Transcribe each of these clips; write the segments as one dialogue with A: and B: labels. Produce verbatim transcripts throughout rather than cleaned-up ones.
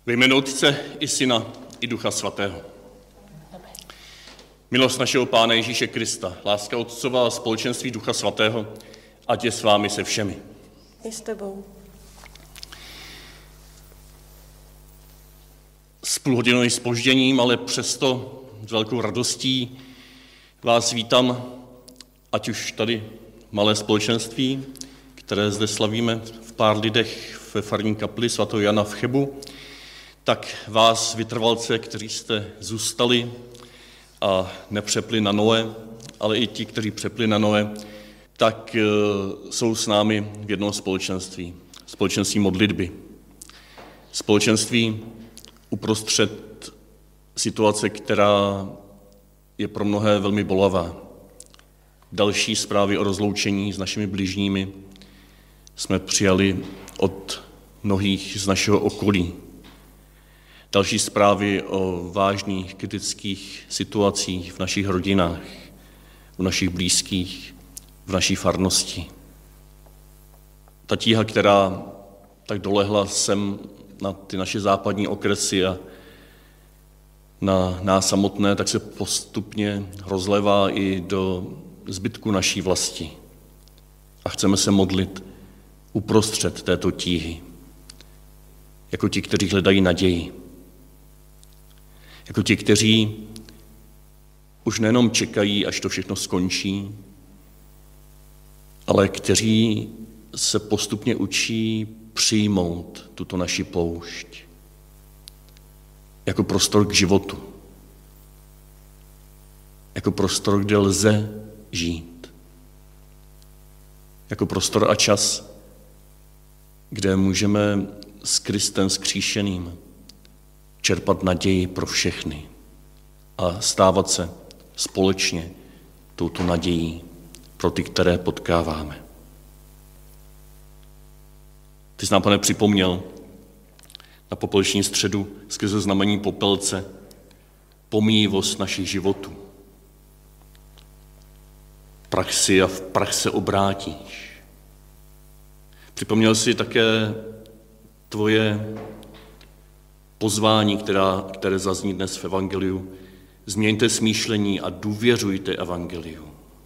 A: Ve jménu Otce i Syna i Ducha Svatého. Milost našeho Pána Ježíše Krista, láska Otcova a společenství Ducha Svatého, ať je s vámi se všemi.
B: I s tebou.
A: S půlhodinovým zpožděním, ale přesto s velkou radostí vás vítám, ať už tady malé společenství, které zde slavíme v pár lidech ve farní kapli svatého Jana v Chebu, tak vás, vytrvalce, kteří jste zůstali a nepřepli na Noe, ale i ti, kteří přepli na Noe, tak jsou s námi v jednom společenství. Společenství modlitby. Společenství uprostřed situace, která je pro mnohé velmi bolavá. Další zprávy o rozloučení s našimi bližními jsme přijali od mnohých z našeho okolí. Další zprávy o vážných kritických situacích v našich rodinách, u našich blízkých, v naší farnosti. Ta tíha, která tak dolehla sem na ty naše západní okresy a na nás samotné, tak se postupně rozlevá i do zbytku naší vlasti. A chceme se modlit uprostřed této tíhy, jako ti, kteří hledají naději. Jako ti, kteří už nejenom čekají, až to všechno skončí, ale kteří se postupně učí přijmout tuto naši poušť jako prostor k životu, jako prostor, kde lze žít, jako prostor a čas, kde můžeme s Kristem vzkříšeným čerpat naději pro všechny a stávat se společně touto nadějí pro ty, které potkáváme. Ty jsi nám, Pane, připomněl na popeleční středu skrze znamení popelce pomíjivost našich životů. Prach si a v prach se obrátíš. Připomněl jsi také tvoje pozvání, která, které zazní dnes v evangeliu. Změňte smýšlení a důvěřujte evangeliu.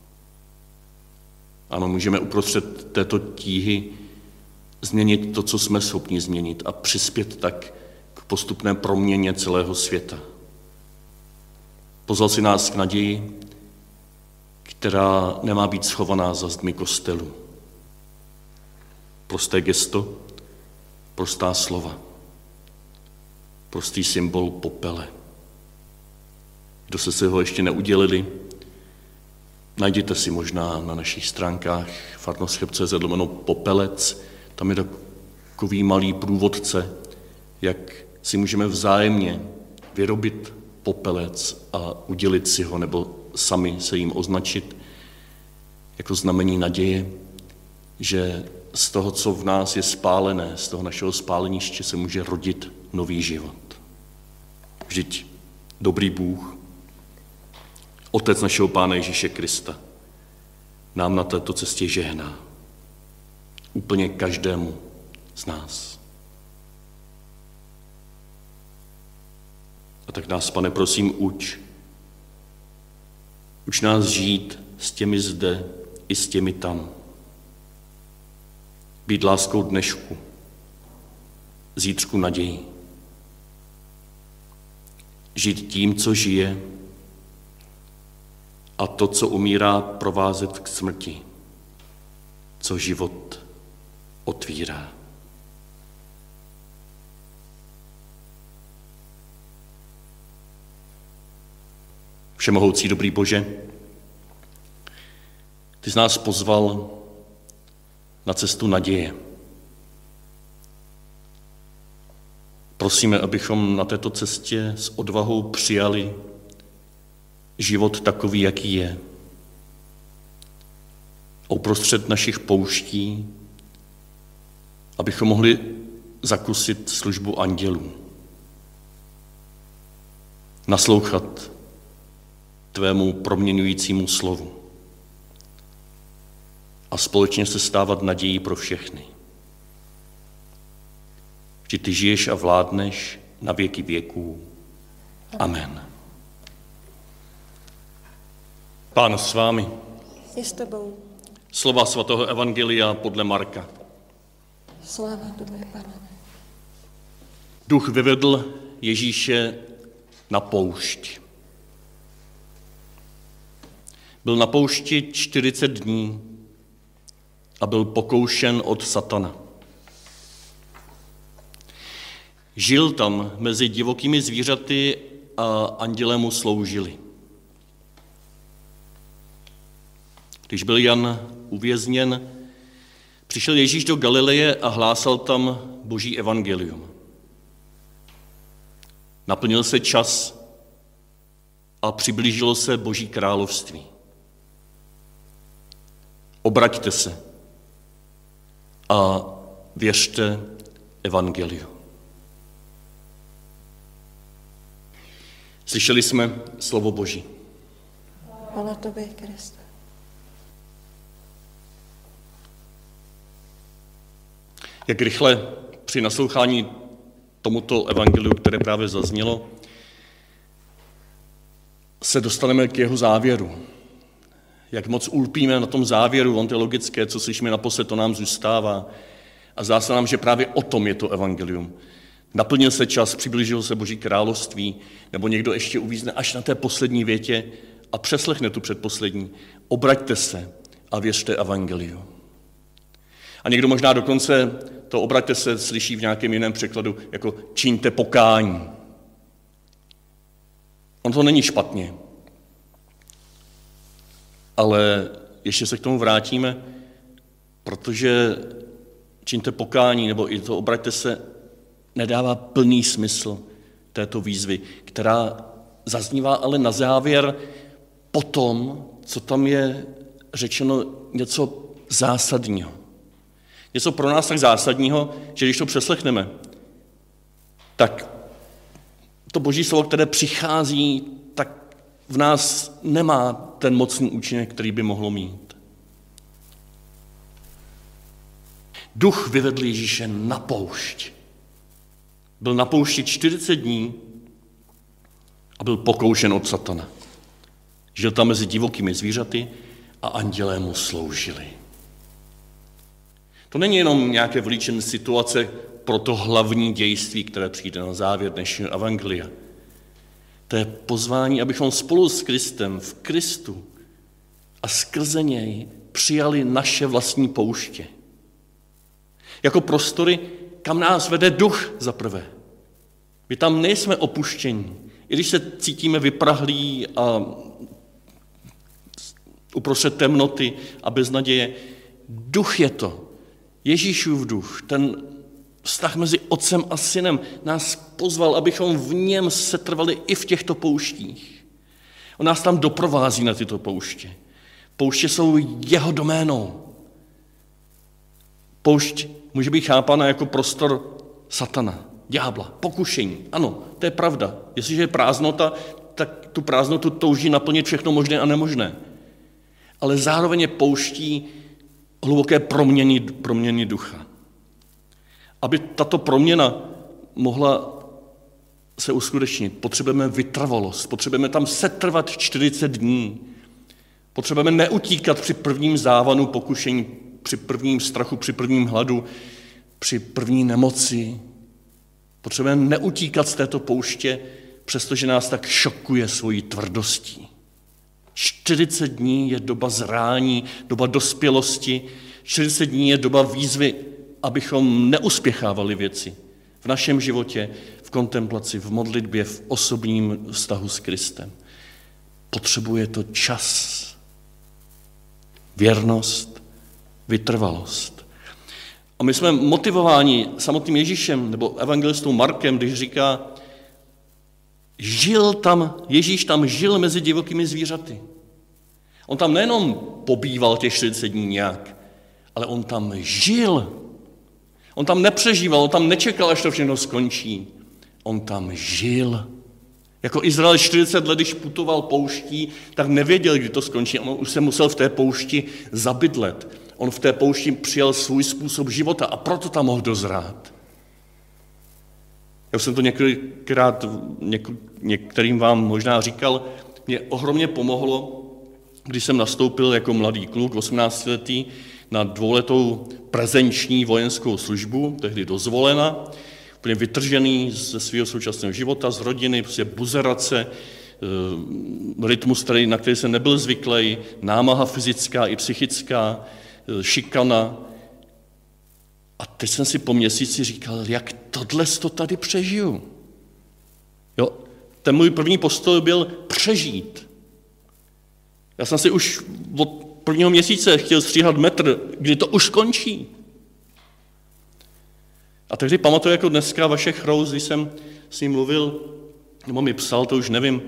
A: Ano, můžeme uprostřed této tíhy změnit to, co jsme schopni změnit a přispět tak k postupné proměně celého světa. Pozval si nás k naději, která nemá být schovaná za zdmi kostelu. Prosté gesto, prostá slova. Prostý symbol popele. Kdo se si ho ještě neudělili, najděte si možná na našich stránkách farnost cheb tečka cé zet lomeno popelec. Tam je takový malý průvodce, jak si můžeme vzájemně vyrobit popelec a udělit si ho, nebo sami se jim označit jako znamení naděje, že z toho, co v nás je spálené, z toho našeho spáleniště se může rodit nový život. Vždyť dobrý Bůh, Otec našeho Pána Ježíše Krista, nám na této cestě žehná. Úplně každému z nás. A tak nás, Pane, prosím, uč. Uč nás žít s těmi zde i s těmi tam. Být láskou dnešku, zítřku naději. Žít tím, co žije, a to, co umírá, provázet k smrti, co život otvírá. Všemohoucí dobrý Bože, ty jsi nás pozval na cestu naděje. Prosíme, abychom na této cestě s odvahou přijali život takový, jaký je. A uprostřed našich pouští, abychom mohli zakusit službu andělů. Naslouchat tvému proměňujícímu slovu. A společně se stávat nadějí pro všechny. Vždyť ty žiješ a vládneš na věky věků. Amen. Pán s vámi.
B: Je s tebou.
A: Slova svatého evangelia podle Marka.
B: Sláva tobě, Pane.
A: Duch vyvedl Ježíše na poušť. Byl na poušti čtyřicet dní a byl pokoušen od satana. Žil tam mezi divokými zvířaty a andělé mu sloužili. Když byl Jan uvězněn, přišel Ježíš do Galileje a hlásal tam Boží evangelium. Naplnil se čas a přiblížilo se Boží království. Obraťte se a věřte evangeliu. Slyšeli jsme slovo Boží.
B: Chvála tobě, Kriste.
A: Jak rychle při naslouchání tomuto evangeliu, které právě zaznělo, se dostaneme k jeho závěru. Jak moc ulpíme na tom závěru, on to je logické, co slyšíme naposled, to nám zůstává. A zdá se nám, že právě o tom je to evangelium. Naplnil se čas, přiblížilo se Boží království, nebo někdo ještě uvízne až na té poslední větě a přeslechne tu předposlední. Obraťte se a věřte evangeliu. A někdo možná dokonce to obraťte se slyší v nějakém jiném překladu jako čiňte pokání. On to není špatně, ale ještě se k tomu vrátíme, protože čiňte pokání, nebo i to obraťte se, nedává plný smysl této výzvy, která zaznívá ale na závěr po tom, co tam je řečeno něco zásadního. Něco pro nás tak zásadního, že když to přeslechneme, tak to Boží slovo, které přichází, tak v nás nemá ten mocný účinek, který by mohlo mít. Duch vyvedl Ježíše na poušť. Byl na poušti čtyřicet dní a byl pokoušen od satana. Žil tam mezi divokými zvířaty a andělé mu sloužili. To není jenom nějaké vylíčené situace pro to hlavní dějství, které přijde na závěr dnešního evangelia. To je pozvání, abychom spolu s Kristem v Kristu a skrze něj přijali naše vlastní pouště. Jako prostory, kam nás vede duch za prvé. My tam nejsme opuštění. I když se cítíme vyprahlí a uprostřed temnoty a beznaděje, duch je to. Ježíšův duch, ten vztah mezi otcem a synem nás pozval, abychom v něm setrvali i v těchto pouštích. On nás tam doprovází na tyto pouště. Pouště jsou jeho doménou. Poušť může být chápána jako prostor satana, ďábla, pokušení. Ano, to je pravda. Jestliže je prázdnota, tak tu prázdnotu touží naplnit všechno možné a nemožné. Ale zároveň je pouští hluboké proměny, proměny ducha. Aby tato proměna mohla se uskutečnit, potřebujeme vytrvalost, potřebujeme tam setrvat čtyřicet dní. Potřebujeme neutíkat při prvním závanu pokušení, při prvním strachu, při prvním hladu, při první nemoci. Potřebujeme neutíkat z této pouště, přestože nás tak šokuje svojí tvrdostí. čtyřicet dní je doba zrání, doba dospělosti, čtyřicet dní je doba výzvy, abychom neuspěchávali věci v našem životě, v kontemplaci, v modlitbě, v osobním vztahu s Kristem. Potřebuje to čas, věrnost, vytrvalost. A my jsme motivováni samotným Ježíšem nebo evangelistou Markem, když říká, žil tam, Ježíš tam žil mezi divokými zvířaty. On tam nejenom pobýval těch čtyřicet dní nějak, ale on tam žil. On tam nepřežíval, on tam nečekal, až to všechno skončí. On tam žil. Jako Izrael čtyřicet let, když putoval pouští, tak nevěděl, kdy to skončí. On už se musel v té poušti zabydlet. On v té poušti přijal svůj způsob života a proto tam mohl dozrát. Já jsem to několikrát něk- některým vám možná říkal, mě ohromně pomohlo, když jsem nastoupil jako mladý kluk, osmnáctiletý, na dvouletou prezenční vojenskou službu, tehdy dozvolena, úplně vytržený ze svého současného života, z rodiny, prostě buzerace, rytmus, který, na který jsem nebyl zvyklý, námaha fyzická i psychická, šikana. A teď jsem si po měsíci říkal, jak tohle to tady přežiju. Jo? Ten můj první postoj byl přežít. Já jsem si už od prvního měsíce chtěl stříhat metr, kdy to už skončí. A tehdy pamatuju jako dneska Vašek Chrous, když jsem s ním mluvil, nebo mi psal, to už nevím,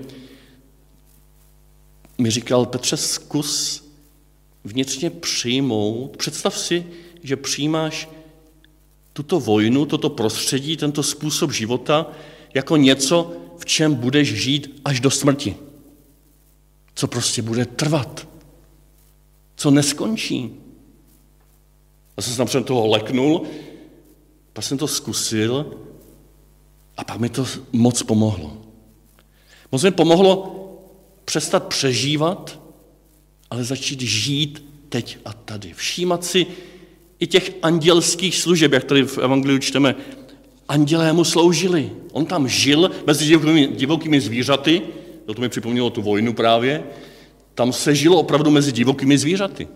A: mi říkal, Petře, zkus vnitřně přijmout, představ si, že přijímáš tuto vojnu, toto prostředí, tento způsob života jako něco, v čem budeš žít až do smrti. Co prostě bude trvat. Co neskončí. Já jsem se napřed toho leknul, pak jsem to zkusil a pak mi to moc pomohlo. Moc mi pomohlo přestat přežívat, ale začít žít teď a tady. Všímat si i těch andělských služeb, jak tady v Evangeliu čteme. Andělé mu sloužili. On tam žil mezi divokými, divokými zvířaty, to mi připomnělo tu vojnu právě, tam se žilo opravdu mezi divokými zvířaty.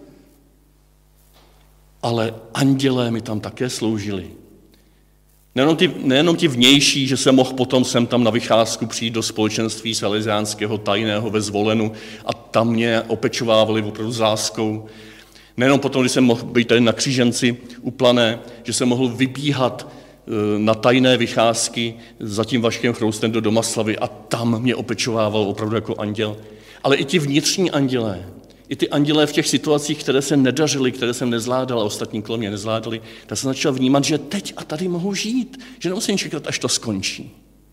A: Ale andělé mi tam také sloužili. Nejenom ti, nejenom ti vnější, že jsem mohl potom sem tam na vycházku přijít do společenství salesiánského tajného ve Zvolenu a tam mě opečovávali opravdu s láskou. Nejenom potom, když jsem mohl být tady na Kříženci u Plané, že jsem mohl vybíhat na tajné vycházky za tím Vaškem Chroustem do Domaslavy a tam mě opečovával opravdu jako anděl. Ale i ti vnitřní andělé, i ty andělé v těch situacích, které se nedařily, které jsem nezvládal a ostatní kolem mě nezvládali, tak jsem začal vnímat, že teď a tady mohu žít, že nemusím čekat, až to skončí.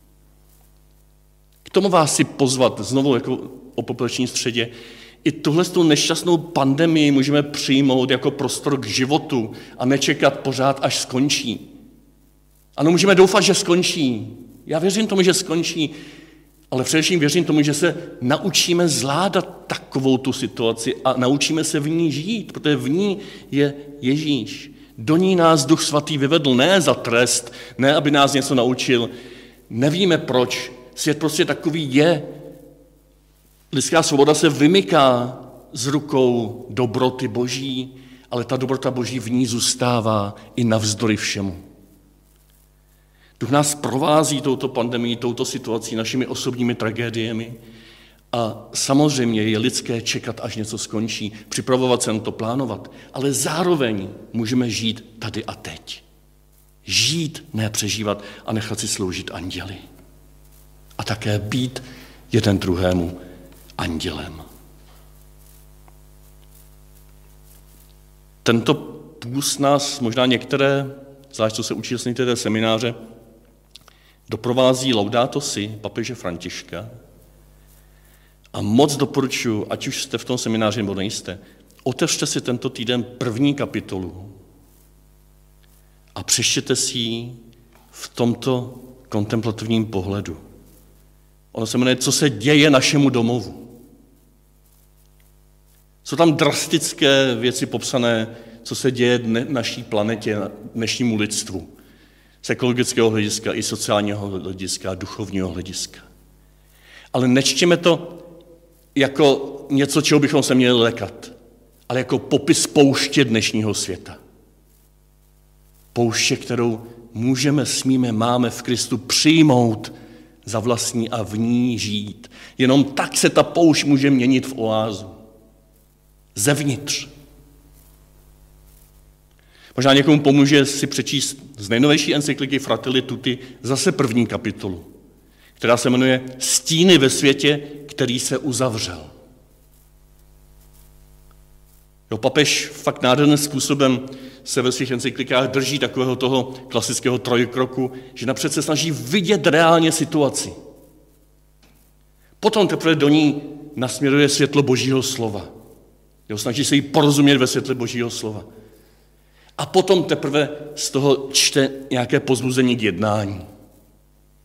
A: K tomu vás si pozvat znovu jako o populační středě. I tuhle tu nešťastnou pandemii můžeme přijmout jako prostor k životu a nečekat pořád, až skončí. Ano, můžeme doufat, že skončí. Já věřím tomu, že skončí, ale především věřím tomu, že se naučíme zvládat takovou tu situaci a naučíme se v ní žít, protože v ní je Ježíš. Do ní nás Duch Svatý vyvedl, ne za trest, ne aby nás něco naučil. Nevíme proč. Svět prostě takový je. Lidská svoboda se vymyká z rukou dobroty Boží, ale ta dobrota Boží v ní zůstává i navzdory všemu. Duch nás provází touto pandemií, touto situací, našimi osobními tragédiemi a samozřejmě je lidské čekat, až něco skončí, připravovat se na to, plánovat, ale zároveň můžeme žít tady a teď. Žít, ne přežívat a nechat si sloužit anděli. A také být jeden druhému andělem. Tento půst nás, možná některé, zvlášť co se účastníte té semináře, doprovází Laudato Si papeže Františka a moc doporučuji, ať už jste v tom semináři nebo nejste, otevřte si tento týden první kapitolu a přečtěte si ji v tomto kontemplativním pohledu. Ono se jmenuje Co se děje našemu domovu. Jsou tam drastické věci popsané, co se děje naší planetě, dnešnímu lidstvu. Z ekologického hlediska i sociálního hlediska, duchovního hlediska. Ale nečtěme to jako něco, čeho bychom se měli lekat, ale jako popis pouště dnešního světa. Pouště, kterou můžeme, smíme, máme v Kristu přijmout za vlastní a v ní žít. Jenom tak se ta poušť může měnit v oázu. Zevnitř. Možná někomu pomůže si přečíst z nejnovější encykliky Fratelli Tutti zase první kapitolu, která se jmenuje Stíny ve světě, který se uzavřel. Jo, papež fakt nádherným způsobem se ve svých encyklikách drží takového toho klasického trojkroku, že napřed se snaží vidět reálně situaci. Potom teprve do ní nasměruje světlo Božího slova. Jo, snaží se jí porozumět ve světle Božího slova. A potom teprve z toho čte nějaké pozbuzení k jednání.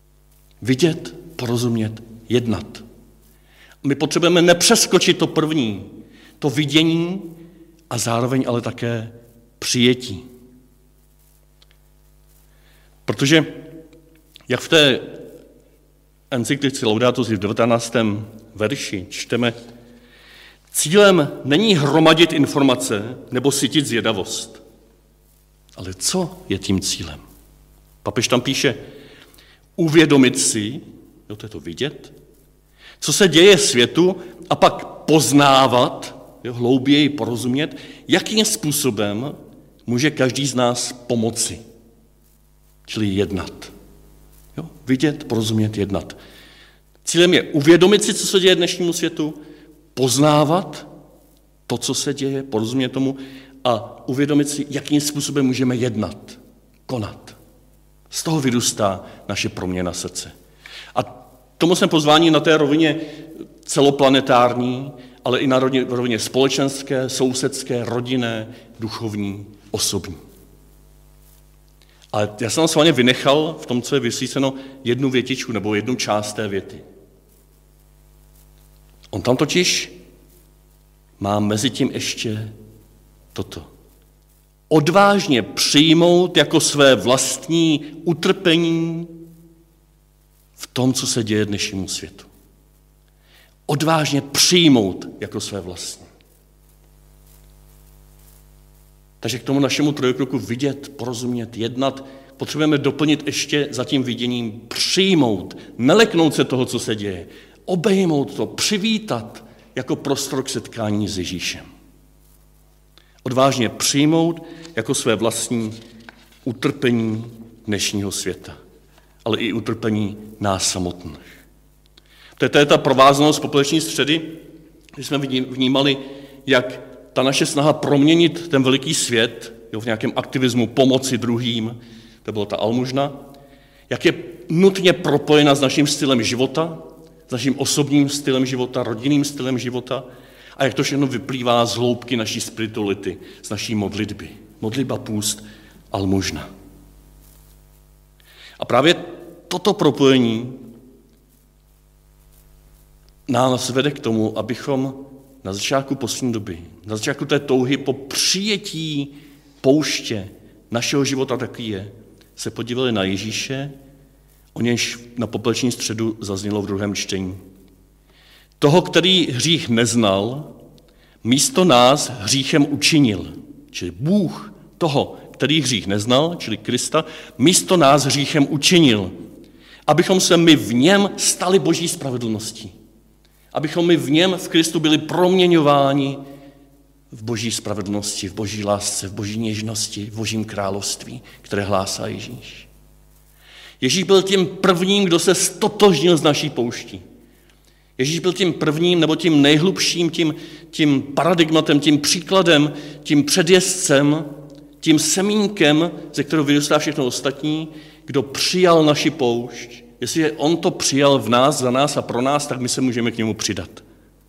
A: Vidět, porozumět, jednat. My potřebujeme nepřeskočit to první, to vidění a zároveň ale také přijetí. Protože, jak v té encyklice Laudato Si v devatenáctém verši čteme, cílem není hromadit informace nebo sytit zvědavost. Ale co je tím cílem? Papež tam píše, uvědomit si, jo, to je to vidět, co se děje světu a pak poznávat, jo, hlouběji porozumět, jakým způsobem může každý z nás pomoci. Čili jednat. Jo, vidět, porozumět, jednat. Cílem je uvědomit si, co se děje dnešnímu světu, poznávat to, co se děje, porozumět tomu a uvědomit si, jakým způsobem můžeme jednat, konat. Z toho vyrůstá naše proměna srdce. A tomu jsme pozváni na té rovině celoplanetární, ale i na rovině společenské, sousedské, rodinné, duchovní, osobní. Ale já jsem s vámi vynechal v tom, co je vysvíceno, jednu větičku nebo jednu část té věty. On tam totiž má mezi tím ještě toto. Odvážně přijmout jako své vlastní utrpení v tom, co se děje dnešnímu světu. Odvážně přijmout jako své vlastní. Takže k tomu našemu trojkroku vidět, porozumět, jednat, potřebujeme doplnit ještě za tím viděním přijmout, neleknout se toho, co se děje, obejmout to, přivítat jako prostor k setkání s Ježíšem. Odvážně přijmout jako své vlastní utrpení dnešního světa, ale i utrpení nás samotných. To je ta prováznost populační středy, kdy jsme vnímali, jak ta naše snaha proměnit ten veliký svět, jo, v nějakém aktivismu pomoci druhým, to byla ta almužna, jak je nutně propojena s naším stylem života, s naším osobním stylem života, rodinným stylem života a jak to všechno vyplývá z hloubky naší spirituality, z naší modlitby. Modlitba, půst, almužna. A právě toto propojení nás vede k tomu, abychom na začátku poslední doby, na začátku té touhy po přijetí pouště našeho života taky je, se podívali na Ježíše, o nějž na popeleční středu zaznělo v druhém čtení. Toho, který hřích neznal, místo nás hříchem učinil. Čili Bůh toho, který hřích neznal, čili Krista, místo nás hříchem učinil, abychom se my v něm stali Boží spravedlností. Abychom my v něm, v Kristu, byli proměňováni v Boží spravedlnosti, v Boží lásce, v Boží něžnosti, v Božím království, které hlásá Ježíš. Ježíš byl tím prvním, kdo se stotožnil s naší pouští. Ježíš byl tím prvním, nebo tím nejhlubším, tím, tím paradigmatem, tím příkladem, tím předjezdcem, tím semínkem, ze kterého vyrůstá všechno ostatní, kdo přijal naši poušť. Jestliže on to přijal v nás, za nás a pro nás, tak my se můžeme k němu přidat.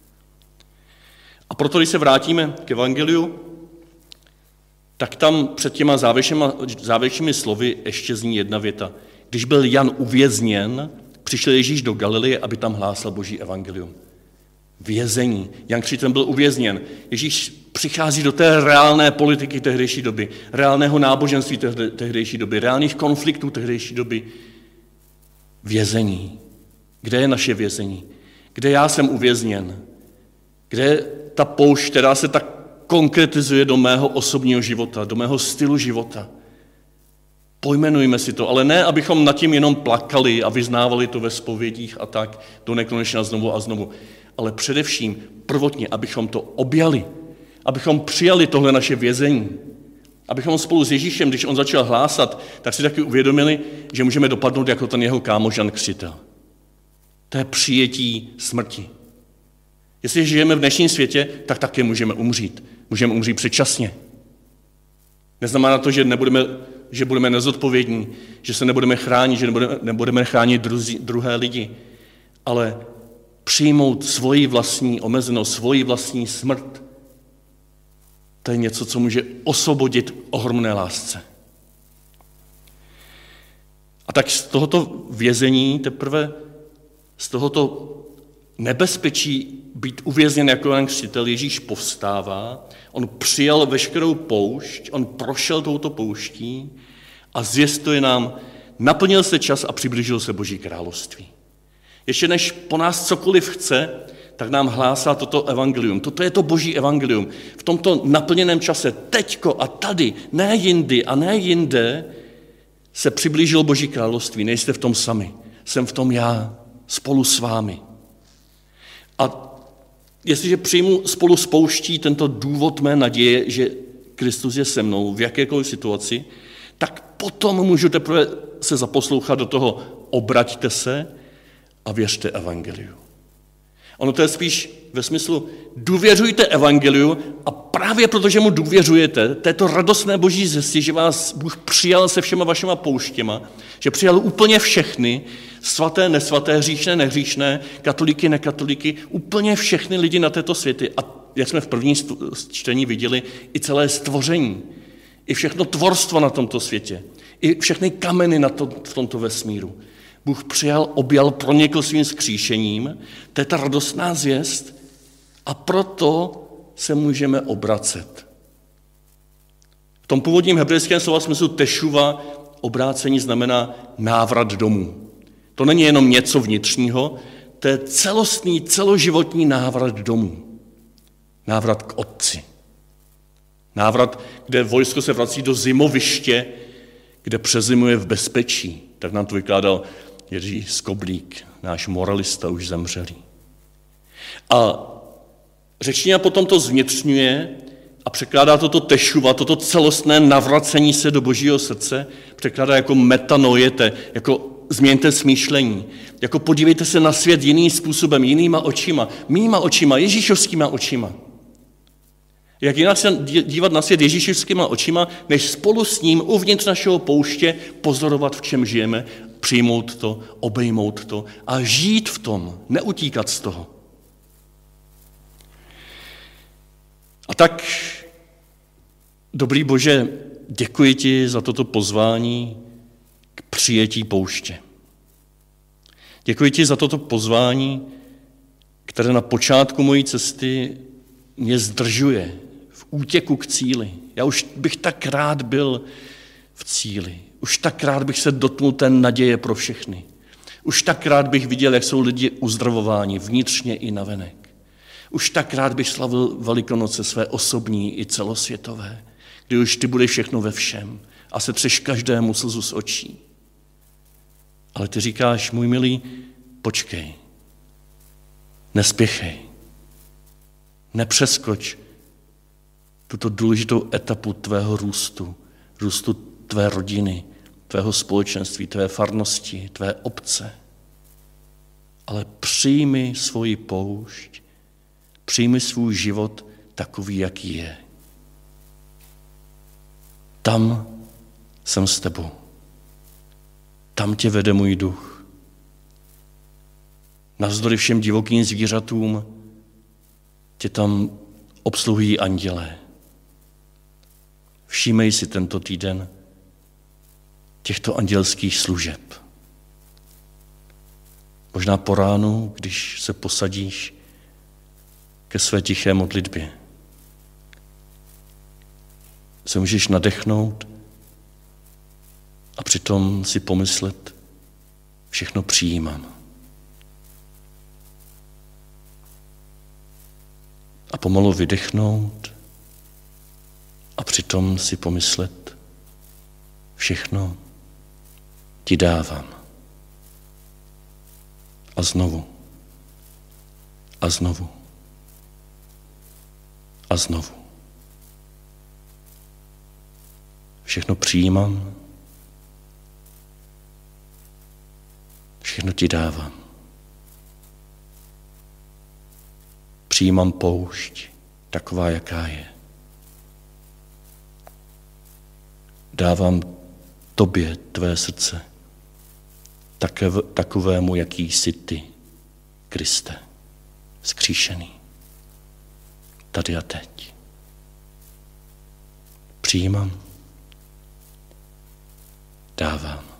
A: A proto, když se vrátíme k evangeliu, tak tam před těma závěrečnými slovy ještě zní jedna věta. Když byl Jan uvězněn, přišel Ježíš do Galileje, aby tam hlásal Boží evangelium. Vězení. Jan Křtitel byl uvězněn. Ježíš přichází do té reálné politiky tehdejší doby, reálného náboženství tehdejší doby, reálných konfliktů tehdejší doby. Vězení. Kde je naše vězení? Kde já jsem uvězněn? Kde je ta poušť, která se tak konkretizuje do mého osobního života, do mého stylu života? Pojmenujme si to, ale ne, abychom nad tím jenom plakali a vyznávali to ve zpovědích a tak do nekonečna znovu a znovu, ale především prvotně, abychom to objali, abychom přijali tohle naše vězení, abychom spolu s Ježíšem, když on začal hlásat, tak si taky uvědomili, že můžeme dopadnout jako ten jeho kámoš Jan Křtitel. To je přijetí smrti. Jestli žijeme v dnešním světě, tak také můžeme umřít. Můžeme umřít předčasně. Neznamená to, že, nebudeme, že budeme nezodpovědní, že se nebudeme chránit, že nebudeme, nebudeme chránit druzí, druhé lidi, ale přijmout svoji vlastní omezenost, svoji vlastní smrt, to je něco, co může osvobodit ohromné lásce. A tak z tohoto vězení teprve, z tohoto nebezpečí být uvězněn jako Jan Křtitel, Ježíš povstává, on přijal veškerou poušť, on prošel touto pouští a zvěstuje nám, naplnil se čas a přiblížil se Boží království. Ještě než po nás cokoliv chce, tak nám hlásá toto evangelium. Toto je to Boží evangelium. V tomto naplněném čase, teďko a tady, ne jindy a ne jinde, se přiblížil Boží království. Nejste v tom sami. Jsem v tom já, spolu s vámi. A jestliže přijmu spolu s pouští tento důvod mé naděje, že Kristus je se mnou v jakékoliv situaci, tak potom můžu teprve se zaposlouchat do toho obraťte se a věřte evangeliu. Ono to je spíš ve smyslu důvěřujte evangeliu a právě protože mu důvěřujete, této radostné boží zvěsti, že vás Bůh přijal se všema vašima pouštěma, že přijal úplně všechny, svaté, nesvaté, hříšné, nehříšné, katolíky, nekatolíky, úplně všechny lidi na této světě. A jak jsme v první čtení viděli, i celé stvoření, i všechno tvorstvo na tomto světě, i všechny kameny na to, v tomto vesmíru. Bůh přijal, objal, pronikl svým vzkříšením, to je ta radostná zvěst a proto se můžeme obracet. V tom původním hebrejském slova smyslu tešuva obrácení znamená návrat domů. To není jenom něco vnitřního, to je celostný, celoživotní návrat domů. Návrat k Otci. Návrat, kde vojsko se vrací do zimoviště, kde přezimuje v bezpečí. Tak nám to vykládal Jiří Skoblík, náš moralista už zemřelý. A řečtina potom to zvnitřňuje a překládá toto tešuva, toto celostné navracení se do Božího srdce, překládá jako metanojete, jako změňte smýšlení, jako podívejte se na svět jiným způsobem, jinýma očima, mýma očima, ježíšovskýma očima. Jak jinak se dívat na svět ježíšovskýma očima, než spolu s ním uvnitř našeho pouště pozorovat, v čem žijeme, přijmout to, obejmout to a žít v tom, neutíkat z toho. A tak, dobrý Bože, děkuji ti za toto pozvání k přijetí pouště. Děkuji ti za toto pozvání, které na počátku mojí cesty mě zdržuje v útěku k cíli. Já už bych tak rád byl v cíli. Už tak rád bych se dotknul té naděje pro všechny. Už tak rád bych viděl, jak jsou lidi uzdravováni vnitřně i navenek. Už tak rád bych slavil Velikonoce své osobní i celosvětové, kdy už ty budeš všechno ve všem a se třeš každému slzu z očí. Ale ty říkáš, můj milý, počkej, nespěchej, nepřeskoč tuto důležitou etapu tvého růstu, růstu tvé rodiny, tvého společenství, tvé farnosti, tvé obce. Ale přijmi svoji poušť, přijmi svůj život takový, jaký je. Tam jsem s tebou. Tam tě vede můj duch. Navzdory všem divokým zvířatům tě tam obsluhují andělé. Všímej si tento týden těchto andělských služeb. Možná po ránu, když se posadíš ke své tiché modlitbě, se můžeš nadechnout a přitom si pomyslet, všechno přijímám. A pomalu vydechnout a přitom si pomyslet, všechno ti dávám. A znovu. A znovu. A znovu. Všechno přijímám. Všechno ti dávám. Přijímám poušť, taková, jaká je. Dávám tobě tvé srdce, takovému, jaký jsi ty, Kriste, vzkříšený, tady a teď. Přijímám, dávám.